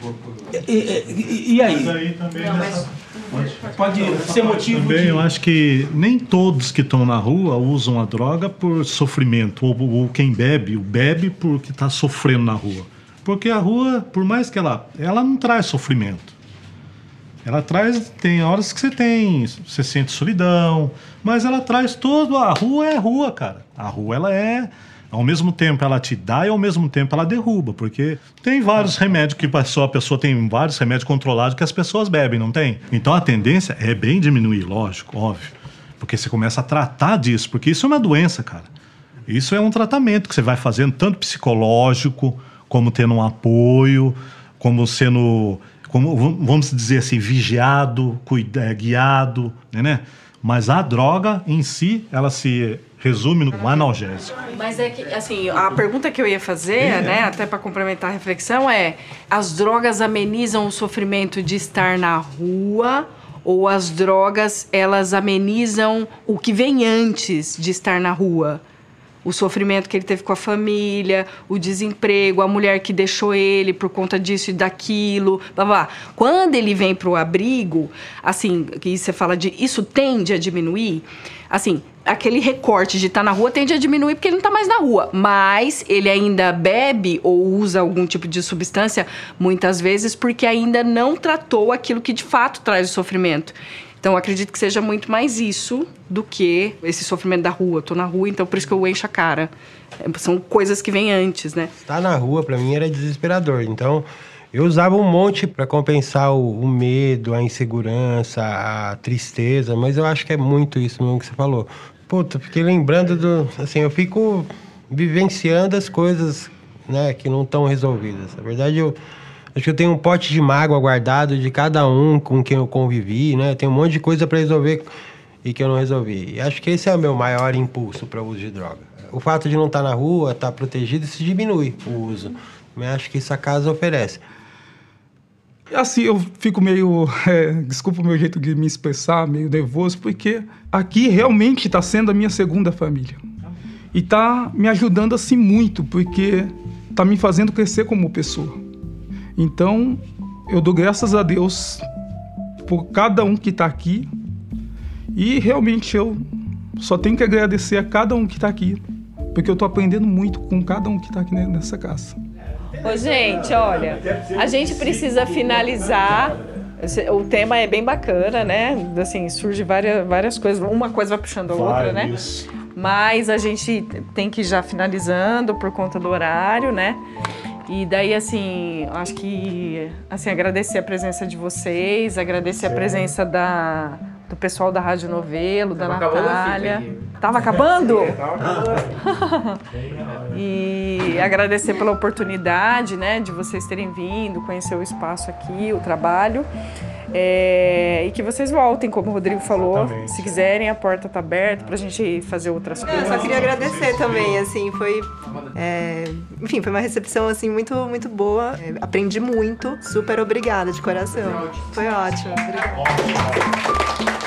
E, e- e aí? Mas aí também nessa- Pode ser motivo Também de... eu acho que nem todos que estão na rua usam a droga por sofrimento, ou, ou quem bebe, o bebe porque está sofrendo na rua. Porque a rua, por mais que ela, ela não traz sofrimento. Ela traz, tem horas que você tem, você sente solidão, mas ela traz todo, a rua é rua, cara. A rua, ela é, ao mesmo tempo ela te dá e ao mesmo tempo ela derruba, porque tem vários remédios que passou, a pessoa tem vários remédios controlados que as pessoas bebem, não tem? Então a tendência é bem diminuir, lógico, óbvio, porque você começa a tratar disso, porque isso é uma doença, cara. Isso é um tratamento que você vai fazendo, tanto psicológico, como tendo um apoio, como sendo... como, vamos dizer assim, vigiado, cuida, é, guiado, né? Mas a droga em si, ela se resume no analgésico. Mas é que, assim, a pergunta que eu ia fazer, é. né, até para complementar a reflexão, é: as drogas amenizam o sofrimento de estar na rua, ou as drogas, elas amenizam o que vem antes de estar na rua? O sofrimento que ele teve com a família, o desemprego, a mulher que deixou ele por conta disso e daquilo, blá, blá. Quando ele vem para o abrigo, assim, que você fala de isso tende a diminuir, assim, aquele recorte de estar na rua tende a diminuir porque ele não está mais na rua, mas ele ainda bebe ou usa algum tipo de substância, muitas vezes porque ainda não tratou aquilo que de fato traz o sofrimento. Então, eu acredito que seja muito mais isso do que esse sofrimento da rua. Eu tô na rua, então por isso que eu encho a cara. É, são coisas que vêm antes, né? Estar na rua, pra mim, era desesperador. Então, eu usava um monte pra compensar o, o medo, a insegurança, a tristeza. Mas eu acho que é muito isso mesmo que você falou. Puta, fiquei lembrando do... Assim, eu fico vivenciando as coisas, né, que não estão resolvidas. Na verdade, eu... Acho que eu tenho um pote de mágoa guardado de cada um com quem eu convivi, né? Tem um monte de coisa para resolver e que eu não resolvi. E acho que esse é o meu maior impulso para o uso de droga. O fato de não estar na rua, estar protegido, isso diminui o uso. Mas acho que isso a casa oferece. Assim, eu fico meio... É, desculpa o meu jeito de me expressar, meio nervoso, porque aqui realmente está sendo a minha segunda família. E está me ajudando assim muito, porque está me fazendo crescer como pessoa. Então, eu dou graças a Deus por cada um que está aqui e realmente eu só tenho que agradecer a cada um que está aqui, porque eu estou aprendendo muito com cada um que está aqui nessa casa. Ô, gente, olha, a gente precisa finalizar. O tema é bem bacana, né? Assim, surge várias, várias coisas, uma coisa vai puxando a outra, né? Mas a gente tem que ir já finalizando por conta do horário, né? E daí, assim, acho que, assim, agradecer a presença de vocês, agradecer a presença da, do pessoal da Rádio Novelo, da Natália. Tava acabando? Tava acabando. E agradecer pela oportunidade, né, de vocês terem vindo, conhecer o espaço aqui, o trabalho. É, e que vocês voltem, como o Rodrigo falou. Exatamente. Se quiserem, a porta está aberta para a gente fazer outras coisas. Eu só queria agradecer também, assim, foi... É, enfim, foi uma recepção, assim, muito, muito boa. É, aprendi muito. Super obrigada, de coração. Foi ótimo. Obrigada.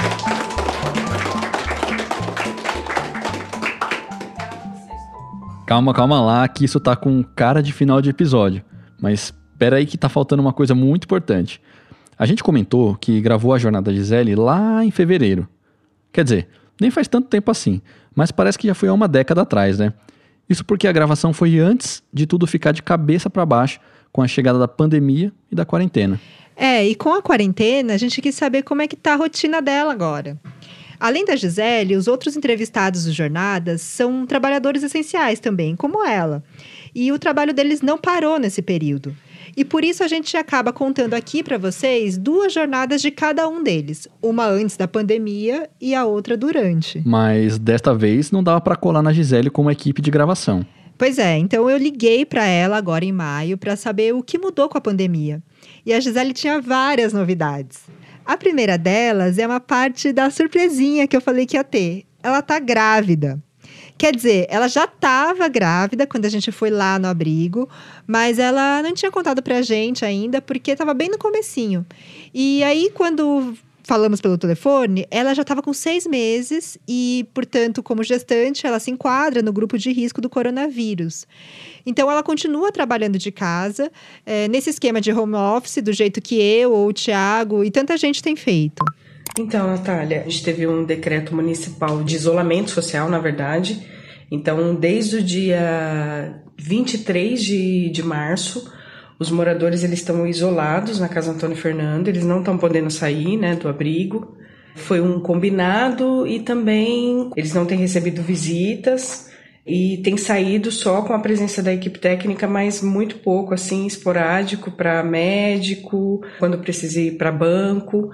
Calma, calma lá, que isso tá com cara de final de episódio. Mas espera aí que tá faltando uma coisa muito importante. A gente comentou que gravou a Jornada Gisele lá em fevereiro. Quer dizer, nem faz tanto tempo assim, mas parece que já foi há uma década atrás, né? Isso porque a gravação foi antes de tudo ficar de cabeça para baixo com a chegada da pandemia e da quarentena. É, e com a quarentena, a gente quis saber como é que tá a rotina dela agora. Além da Gisele, os outros entrevistados do Jornadas são trabalhadores essenciais também, como ela. E o trabalho deles não parou nesse período. E por isso a gente acaba contando aqui para vocês duas jornadas de cada um deles. Uma antes da pandemia e a outra durante. Mas desta vez não dava para colar na Gisele como equipe de gravação. Pois é, então eu liguei para ela agora em maio para saber o que mudou com a pandemia. E a Gisele tinha várias novidades. A primeira delas é uma parte da surpresinha que eu falei que ia ter. Ela tá grávida. Quer dizer, ela já estava grávida quando a gente foi lá no abrigo, mas ela não tinha contado pra gente ainda, porque estava bem no comecinho. E aí, quando falamos pelo telefone, ela já estava com seis meses e, portanto, como gestante, ela se enquadra no grupo de risco do coronavírus. Então, ela continua trabalhando de casa, é, nesse esquema de home office, do jeito que eu ou o Thiago e tanta gente tem feito. Então, Natália, a gente teve um decreto municipal de isolamento social, na verdade. Então, desde o dia vinte e três de março, os moradores eles estão isolados na Casa Antônio Fernando, eles não estão podendo sair, né, do abrigo. Foi um combinado e também eles não têm recebido visitas e têm saído só com a presença da equipe técnica, mas muito pouco, assim, esporádico para médico, quando precisa ir para banco.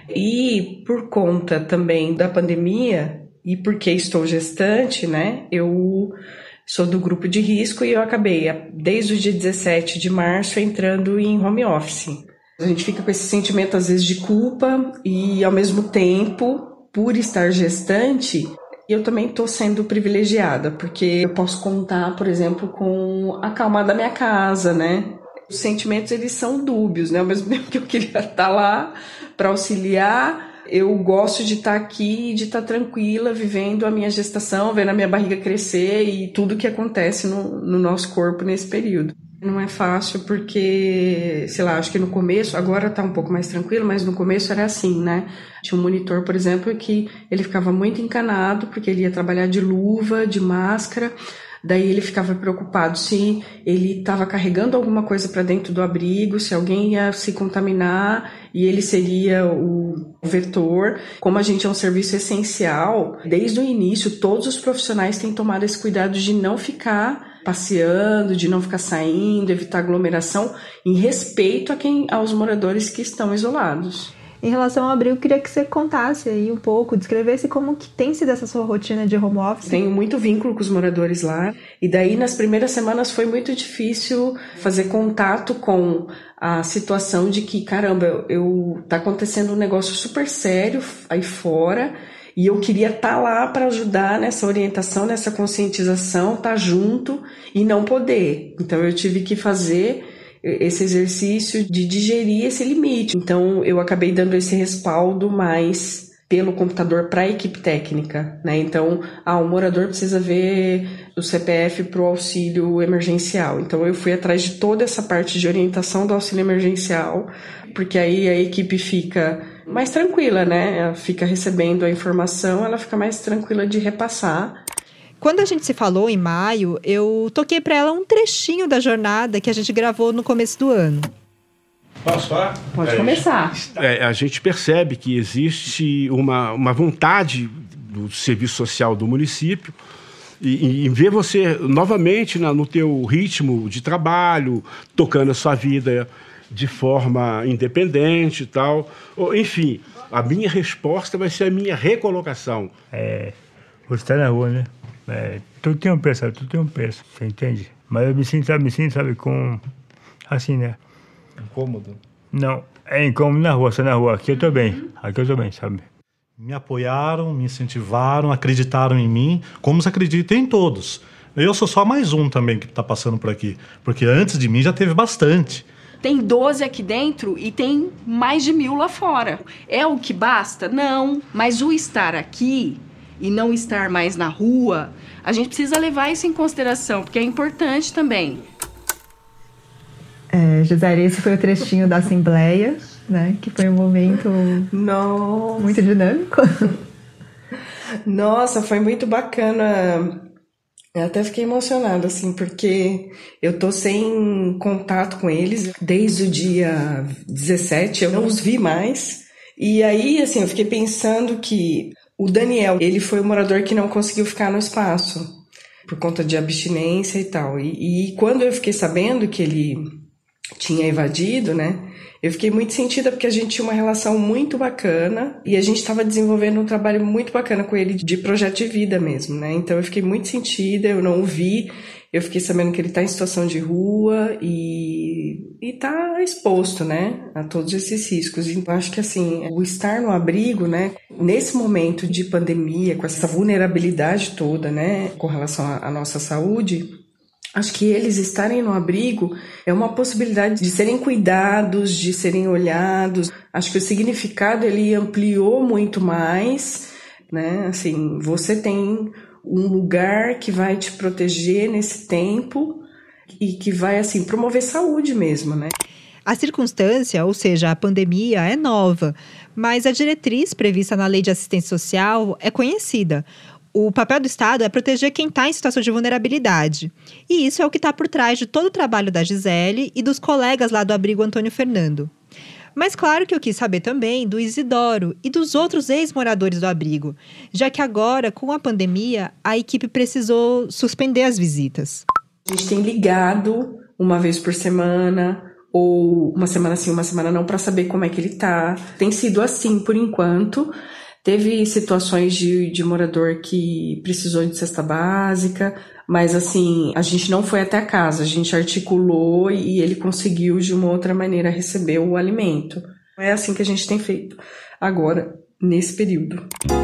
E por conta também da pandemia e porque estou gestante, né, eu sou do grupo de risco e eu acabei, desde o dia dezessete de março, entrando em home office. A gente fica com esse sentimento, às vezes, de culpa e, ao mesmo tempo, por estar gestante, eu também estou sendo privilegiada, porque eu posso contar, por exemplo, com a calma da minha casa, né? Os sentimentos, eles são dúbios, né? Ao mesmo tempo que eu queria estar lá para auxiliar, eu gosto de estar aqui, de estar tranquila, vivendo a minha gestação, vendo a minha barriga crescer e tudo que acontece no, no nosso corpo nesse período. Não é fácil porque, sei lá, acho que no começo, agora tá um pouco mais tranquilo, mas no começo era assim, né? Tinha um monitor, por exemplo, que ele ficava muito encanado porque ele ia trabalhar de luva, de máscara. Daí ele ficava preocupado se ele estava carregando alguma coisa para dentro do abrigo, se alguém ia se contaminar e ele seria o vetor. Como a gente é um serviço essencial, desde o início todos os profissionais têm tomado esse cuidado de não ficar passeando, de não ficar saindo, evitar aglomeração, em respeito a quem, aos moradores que estão isolados. Em relação ao abrigo, eu queria que você contasse aí um pouco, descrevesse como que tem sido essa sua rotina de home office. Tenho muito vínculo com os moradores lá, e daí nas primeiras semanas foi muito difícil fazer contato com a situação de que, caramba, eu, eu tá acontecendo um negócio super sério aí fora, e eu queria estar tá lá para ajudar nessa orientação, nessa conscientização, estar tá junto e não poder. Então eu tive que fazer esse exercício de digerir esse limite. Então, eu acabei dando esse respaldo mais pelo computador para a equipe técnica, né? Então, ah, o morador precisa ver o C P F para o auxílio emergencial. Então, eu fui atrás de toda essa parte de orientação do auxílio emergencial, porque aí a equipe fica mais tranquila, né? Ela fica recebendo a informação, ela fica mais tranquila de repassar. Quando a gente se falou em maio, eu toquei para ela um trechinho da jornada que a gente gravou no começo do ano. Posso falar? Pode começar. É, a gente percebe que existe uma, uma vontade do serviço social do município e, em ver você novamente na, no teu ritmo de trabalho, tocando a sua vida de forma independente e tal. Enfim, a minha resposta vai ser a minha recolocação. É, você está na rua, né? É, tudo tem um preço, tudo tem um preço, você entende? Mas eu me sinto, sabe, me sinto, sabe, com... Assim, né? Incômodo? Não, é incômodo na rua, só na rua. Aqui eu tô bem, aqui eu tô bem, sabe? Me apoiaram, me incentivaram, acreditaram em mim, como se acreditem em todos. Eu sou só mais um também que tá passando por aqui, porque antes de mim já teve bastante. Tem doze aqui dentro e tem mais de mil lá fora. É o que basta? Não, mas o estar aqui e não estar mais na rua, a gente precisa levar isso em consideração, porque é importante também. É, Gisele, esse foi o trechinho da Assembleia, né? Que foi um momento Nossa. muito dinâmico. Nossa, foi muito bacana. Eu até fiquei emocionada, assim, porque eu tô sem contato com eles desde o dia dezessete, eu não os vi mais. E aí, assim, eu fiquei pensando que o Daniel, ele foi o morador que não conseguiu ficar no espaço, por conta de abstinência e tal. E, e quando eu fiquei sabendo que ele tinha evadido, né, eu fiquei muito sentida porque a gente tinha uma relação muito bacana e a gente estava desenvolvendo um trabalho muito bacana com ele de projeto de vida mesmo, né? Então eu fiquei muito sentida, eu não o vi, eu fiquei sabendo que ele está em situação de rua e está exposto, né, a todos esses riscos. Então, acho que assim, o estar no abrigo, né, nesse momento de pandemia, com essa vulnerabilidade toda, né, com relação à nossa saúde, acho que eles estarem no abrigo é uma possibilidade de serem cuidados, de serem olhados. Acho que o significado ele ampliou muito mais, né, assim, você tem um lugar que vai te proteger nesse tempo e que vai, assim, promover saúde mesmo, né? A circunstância, ou seja, a pandemia, é nova, mas a diretriz prevista na Lei de Assistência Social é conhecida. O papel do Estado é proteger quem está em situação de vulnerabilidade. E isso é o que está por trás de todo o trabalho da Gisele e dos colegas lá do abrigo Antônio Fernando. Mas claro que eu quis saber também do Isidoro e dos outros ex-moradores do abrigo, já que agora, com a pandemia, a equipe precisou suspender as visitas. A gente tem ligado uma vez por semana, ou uma semana sim, uma semana não, para saber como é que ele tá. Tem sido assim por enquanto. Teve situações de, de morador que precisou de cesta básica, mas assim, a gente não foi até a casa, a gente articulou e ele conseguiu de uma outra maneira receber o alimento. É assim que a gente tem feito agora, nesse período.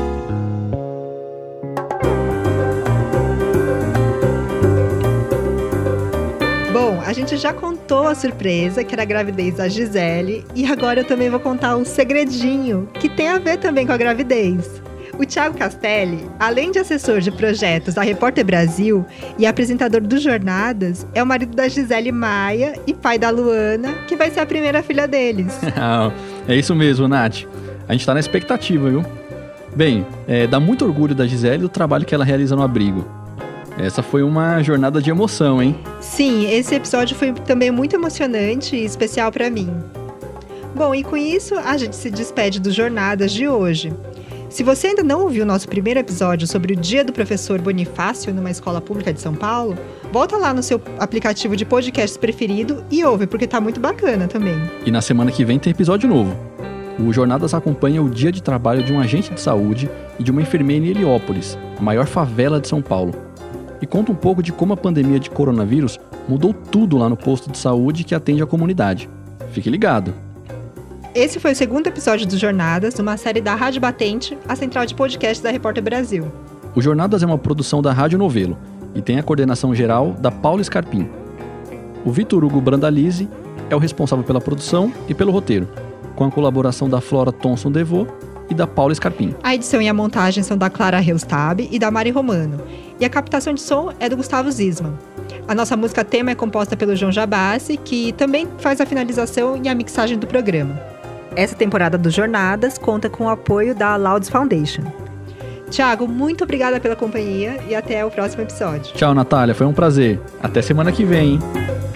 Bom, a gente já contou a surpresa, que era a gravidez da Gisele, e agora eu também vou contar um segredinho, que tem a ver também com a gravidez. O Thiago Castelli, além de assessor de projetos da Repórter Brasil e apresentador do Jornadas, é o marido da Gisele Maia e pai da Luana, que vai ser a primeira filha deles. É isso mesmo, Nath. A gente tá na expectativa, viu? Bem, é, dá muito orgulho da Gisele do trabalho que ela realiza no abrigo. Essa foi uma jornada de emoção, hein? Sim, esse episódio foi também muito emocionante e especial para mim. Bom, e com isso a gente se despede dos Jornadas de hoje. Se você ainda não ouviu o nosso primeiro episódio sobre o Dia do Professor Bonifácio numa escola pública de São Paulo, volta lá no seu aplicativo de podcast preferido e ouve, porque tá muito bacana também. E na semana que vem tem episódio novo. O Jornadas acompanha o dia de trabalho de um agente de saúde e de uma enfermeira em Heliópolis, a maior favela de São Paulo. E conta um pouco de como a pandemia de coronavírus mudou tudo lá no posto de saúde que atende a comunidade. Fique ligado! Esse foi o segundo episódio do Jornadas, uma série da Rádio Batente, a central de podcast da Repórter Brasil. O Jornadas é uma produção da Rádio Novelo e tem a coordenação geral da Paula Scarpim. O Vitor Hugo Brandalize é o responsável pela produção e pelo roteiro, com a colaboração da Flora Thomson Devô e da Paula Scarpim. A edição e a montagem são da Clara Reustab e da Mari Romano. E a captação de som é do Gustavo Zisman. A nossa música tema é composta pelo João Jabassi, que também faz a finalização e a mixagem do programa. Essa temporada do Jornadas conta com o apoio da Louds Foundation. Thiago, muito obrigada pela companhia e até o próximo episódio. Tchau, Natália. Foi um prazer. Até semana que vem, hein?